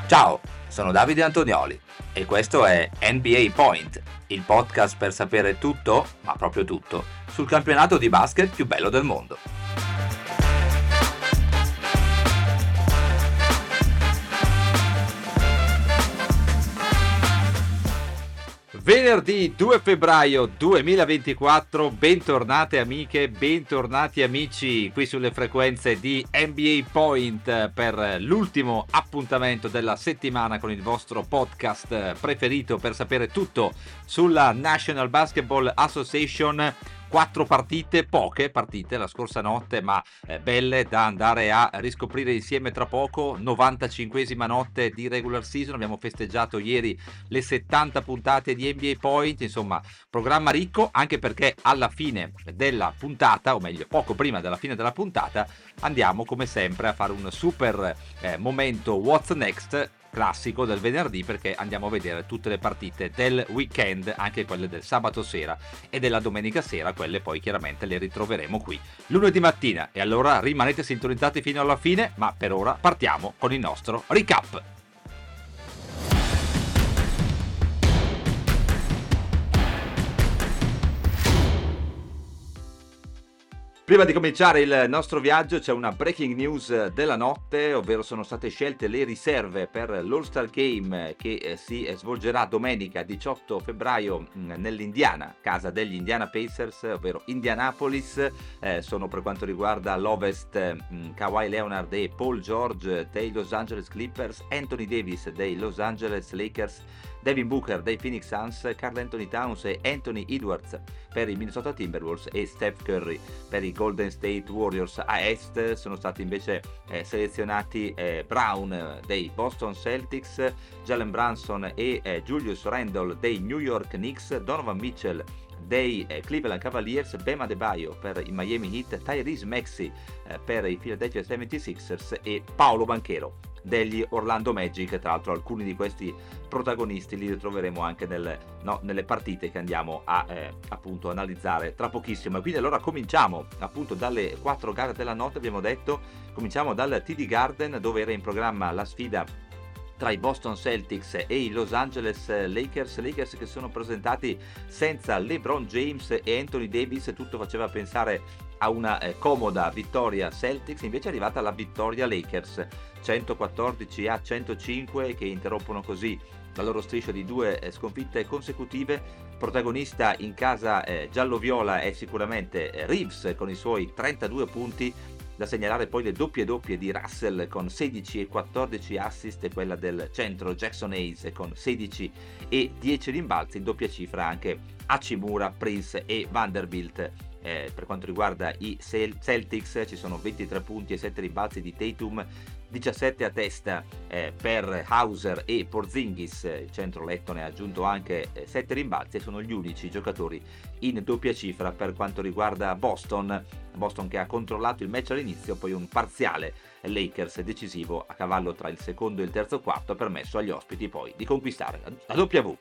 Ciao, sono Davide Antonioli e questo è NBA Point, il podcast per sapere tutto, ma proprio tutto, sul campionato di basket più bello del mondo. Venerdì 2 febbraio 2024, bentornate amiche, bentornati amici qui sulle frequenze di NBA Point per l'ultimo appuntamento della settimana con il vostro podcast preferito per sapere tutto sulla National Basketball Association. 4 partite, poche partite la scorsa notte, ma belle da andare a riscoprire insieme tra poco. 95esima notte di regular season, abbiamo festeggiato ieri le 70 puntate di NBA Point, insomma programma ricco, anche perché alla fine della puntata, o meglio poco prima della fine della puntata, andiamo come sempre a fare un super momento What's Next classico del venerdì, perché andiamo a vedere tutte le partite del weekend, anche quelle del sabato sera e della domenica sera. Quelle poi chiaramente le ritroveremo qui lunedì mattina, e allora rimanete sintonizzati fino alla fine, ma per ora partiamo con il nostro recap. Prima di cominciare il nostro viaggio c'è una breaking news della notte, ovvero sono state scelte le riserve per l'All-Star Game che si svolgerà domenica 18 febbraio nell'Indiana, casa degli Indiana Pacers, ovvero Indianapolis. Sono per quanto riguarda l'Ovest Kawhi Leonard e Paul George dei Los Angeles Clippers, Anthony Davis dei Los Angeles Lakers, Devin Booker dei Phoenix Suns, Karl Anthony Towns e Anthony Edwards per i Minnesota Timberwolves e Steph Curry per i Golden State Warriors. A Est sono stati invece selezionati Brown dei Boston Celtics, Jalen Brunson e Julius Randle dei New York Knicks, Donovan Mitchell dei Cleveland Cavaliers, Bam Adebayo per i Miami Heat, Tyrese Maxey per i Philadelphia 76ers e Paolo Banchero degli Orlando Magic. Tra l'altro alcuni di questi protagonisti li ritroveremo anche nelle partite che andiamo a appunto analizzare tra pochissimo. E quindi allora cominciamo appunto dalle 4 gare della notte, abbiamo detto, cominciamo dal TD Garden, dove era in programma la sfida tra i Boston Celtics e i Los Angeles Lakers che sono presentati senza LeBron James e Anthony Davis. Tutto faceva pensare a una comoda vittoria Celtics, invece è arrivata la vittoria Lakers 114-105, che interrompono così la loro striscia di 2 sconfitte consecutive. Protagonista in casa giallo-viola è sicuramente Reeves con i suoi 32 punti. Da segnalare poi le doppie di Russell con 16 e 14 assist, e quella del centro Jackson Hayes con 16 e 10 rimbalzi, in doppia cifra anche Hachimura, Prince e Vanderbilt. Per quanto riguarda i Celtics ci sono 23 punti e 7 rimbalzi di Tatum, 17 a testa per Hauser e Porzingis. Il centro lettone ha aggiunto anche 7 rimbalzi e sono gli unici giocatori in doppia cifra. Per quanto riguarda Boston che ha controllato il match all'inizio, poi un parziale Lakers decisivo a cavallo tra il secondo e il terzo quarto ha permesso agli ospiti poi di conquistare la W.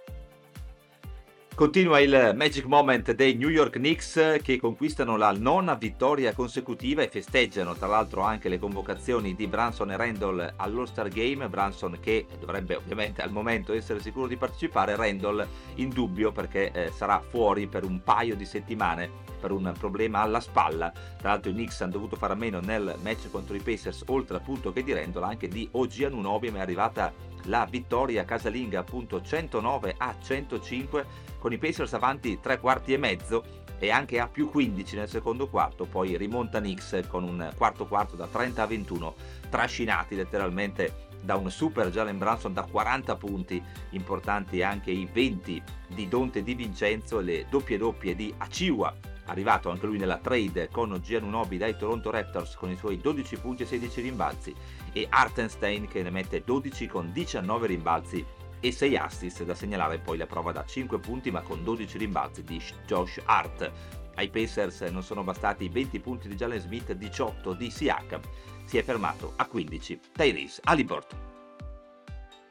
Continua il Magic Moment dei New York Knicks, che conquistano la 9ª vittoria consecutiva e festeggiano tra l'altro anche le convocazioni di Brunson e Randle all'All-Star Game. Brunson che dovrebbe ovviamente al momento essere sicuro di partecipare, Randle in dubbio perché sarà fuori per un paio di settimane per un problema alla spalla. Tra l'altro i Knicks hanno dovuto fare a meno nel match contro i Pacers, oltre appunto che di Randle, anche di OG Anunoby, ma è arrivata la vittoria casalinga appunto 109-105, con i Pacers avanti 3 quarti e mezzo e anche a più 15 nel secondo quarto. Poi rimonta Knicks con un quarto da 30-21, trascinati letteralmente da un super Jalen Brunson da 40 punti, importanti anche i 20 di Donte Di Vincenzo e le doppie di Achiuwa, arrivato anche lui nella trade con OG Anunoby dai Toronto Raptors con i suoi 12 punti e 16 rimbalzi, e Hartenstein che ne mette 12 con 19 rimbalzi e 6 assist. Da segnalare poi la prova da 5 punti ma con 12 rimbalzi di Josh Hart. Ai Pacers non sono bastati i 20 punti di Jalen Smith, 18 di Siakam, si è fermato a 15 Tyrese Haliburton.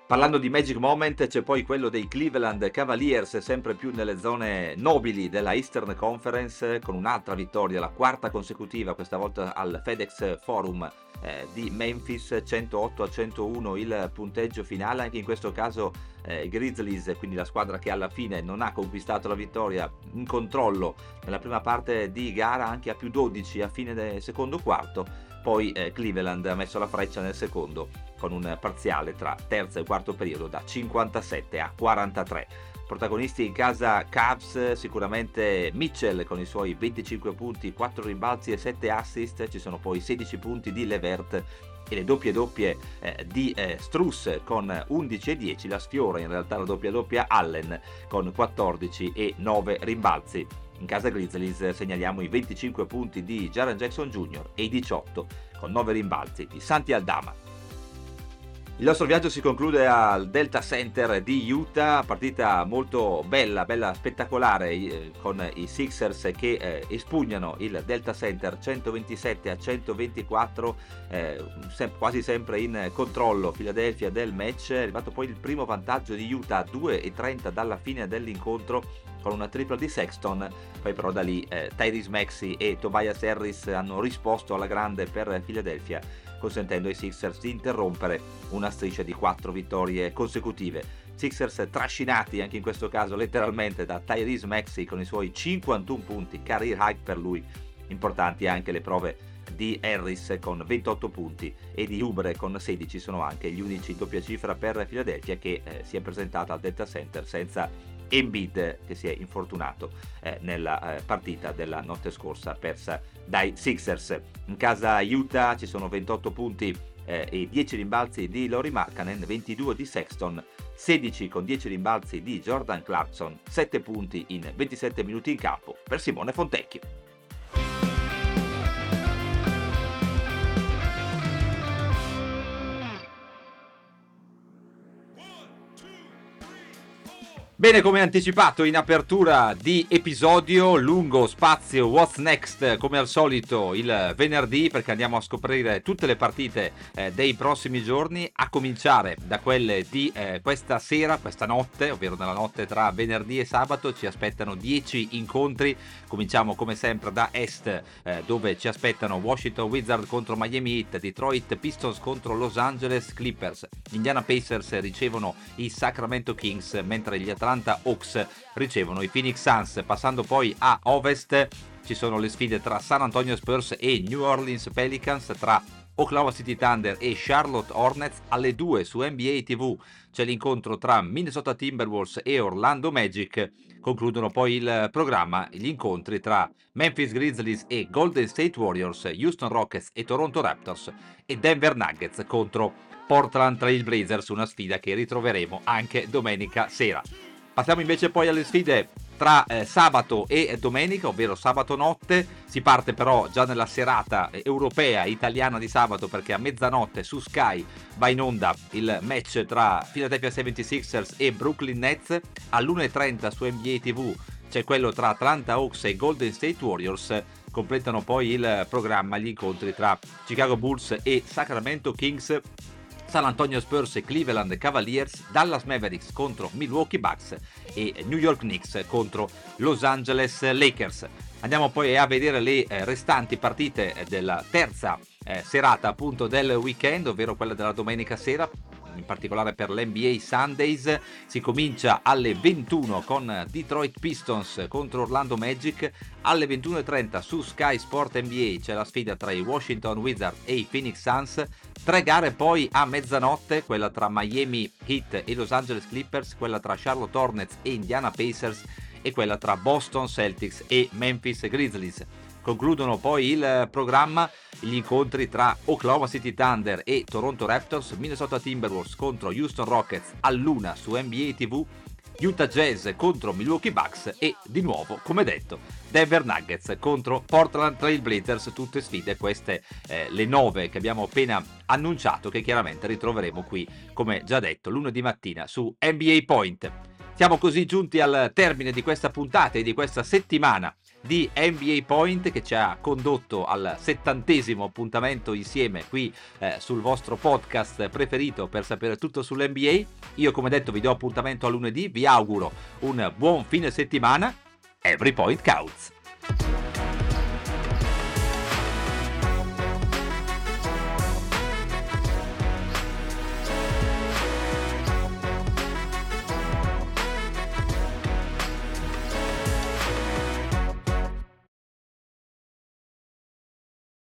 Parlando di Magic Moment, c'è poi quello dei Cleveland Cavaliers, sempre più nelle zone nobili della Eastern Conference, con un'altra vittoria, la quarta consecutiva, questa volta al FedEx Forum di Memphis, 108-101 il punteggio finale. Anche in questo caso Grizzlies, quindi la squadra che alla fine non ha conquistato la vittoria, in controllo nella prima parte di gara, anche a più 12 a fine del secondo quarto. Poi Cleveland ha messo la freccia nel secondo con un parziale tra terzo e quarto periodo da 57-43. Protagonisti in casa Cavs, sicuramente Mitchell con i suoi 25 punti, 4 rimbalzi e 7 assist. Ci sono poi 16 punti di Levert e le doppie di Strus con 11 e 10. La sfiora in realtà la doppia Allen con 14 e 9 rimbalzi. In casa Grizzlies segnaliamo i 25 punti di Jaren Jackson Jr. e i 18 con 9 rimbalzi di Santi Aldama. Il nostro viaggio si conclude al Delta Center di Utah, partita molto bella spettacolare, con i Sixers che espugnano il Delta Center 127-124, quasi sempre in controllo Philadelphia del match. È arrivato poi il primo vantaggio di Utah a 2:30 dalla fine dell'incontro con una tripla di Sexton. Poi però da lì Tyrese Maxey e Tobias Harris hanno risposto alla grande per Philadelphia, consentendo ai Sixers di interrompere una striscia di 4 vittorie consecutive. Sixers trascinati anche in questo caso letteralmente da Tyrese Maxey con i suoi 51 punti, career high per lui. Importanti anche le prove di Harris con 28 punti e di Oubre con 16, sono anche gli unici doppia cifra per Philadelphia che si è presentata al Delta Center senza Embiid, che si è infortunato nella partita della notte scorsa persa dai Sixers. In casa Utah ci sono 28 punti e 10 rimbalzi di Lauri Markkanen, 22 di Sexton, 16 con 10 rimbalzi di Jordan Clarkson, 7 punti in 27 minuti in campo per Simone Fontecchio. Bene, come anticipato in apertura di episodio, lungo spazio What's Next come al solito il venerdì, perché andiamo a scoprire tutte le partite dei prossimi giorni, a cominciare da quelle di questa sera, questa notte, ovvero nella notte tra venerdì e sabato. Ci aspettano 10 incontri. Cominciamo come sempre da Est, dove ci aspettano Washington Wizards contro Miami Heat, Detroit Pistons contro Los Angeles Clippers, gli Indiana Pacers ricevono i Sacramento Kings, mentre gli Atlanta Hawks ricevono i Phoenix Suns. Passando poi a Ovest ci sono le sfide tra San Antonio Spurs e New Orleans Pelicans, tra Oklahoma City Thunder e Charlotte Hornets. Alle 2 su NBA TV c'è l'incontro tra Minnesota Timberwolves e Orlando Magic. Concludono poi il programma gli incontri tra Memphis Grizzlies e Golden State Warriors, Houston Rockets e Toronto Raptors e Denver Nuggets contro Portland Trail Blazers, una sfida che ritroveremo anche domenica sera. Passiamo invece poi alle sfide tra sabato e domenica, ovvero sabato notte. Si parte però già nella serata europea italiana di sabato, perché a mezzanotte su Sky va in onda il match tra Philadelphia 76ers e Brooklyn Nets. All'1:30 su NBA TV c'è quello tra Atlanta Hawks e Golden State Warriors. Completano poi il programma gli incontri tra Chicago Bulls e Sacramento Kings, San Antonio Spurs e Cleveland Cavaliers, Dallas Mavericks contro Milwaukee Bucks e New York Knicks contro Los Angeles Lakers. Andiamo poi a vedere le restanti partite della terza serata appunto del weekend, ovvero quella della domenica sera. In particolare per l'NBA Sundays si comincia alle 21 con Detroit Pistons contro Orlando Magic. Alle 21:30 su Sky Sport NBA c'è la sfida tra i Washington Wizards e i Phoenix Suns. 3 gare poi a mezzanotte, quella tra Miami Heat e Los Angeles Clippers, quella tra Charlotte Hornets e Indiana Pacers e quella tra Boston Celtics e Memphis Grizzlies. Concludono poi il programma gli incontri tra Oklahoma City Thunder e Toronto Raptors, Minnesota Timberwolves contro Houston Rockets all'1 su NBA TV, Utah Jazz contro Milwaukee Bucks e di nuovo, come detto, Denver Nuggets contro Portland Trail Blazers. Tutte sfide queste, le 9 che abbiamo appena annunciato, che chiaramente ritroveremo qui, come già detto, lunedì mattina su NBA Point. Siamo così giunti al termine di questa puntata e di questa settimana di NBA Point, che ci ha condotto al 70° appuntamento insieme qui sul vostro podcast preferito per sapere tutto sull'NBA. Io, come detto, vi do appuntamento a lunedì, vi auguro un buon fine settimana. Every point counts.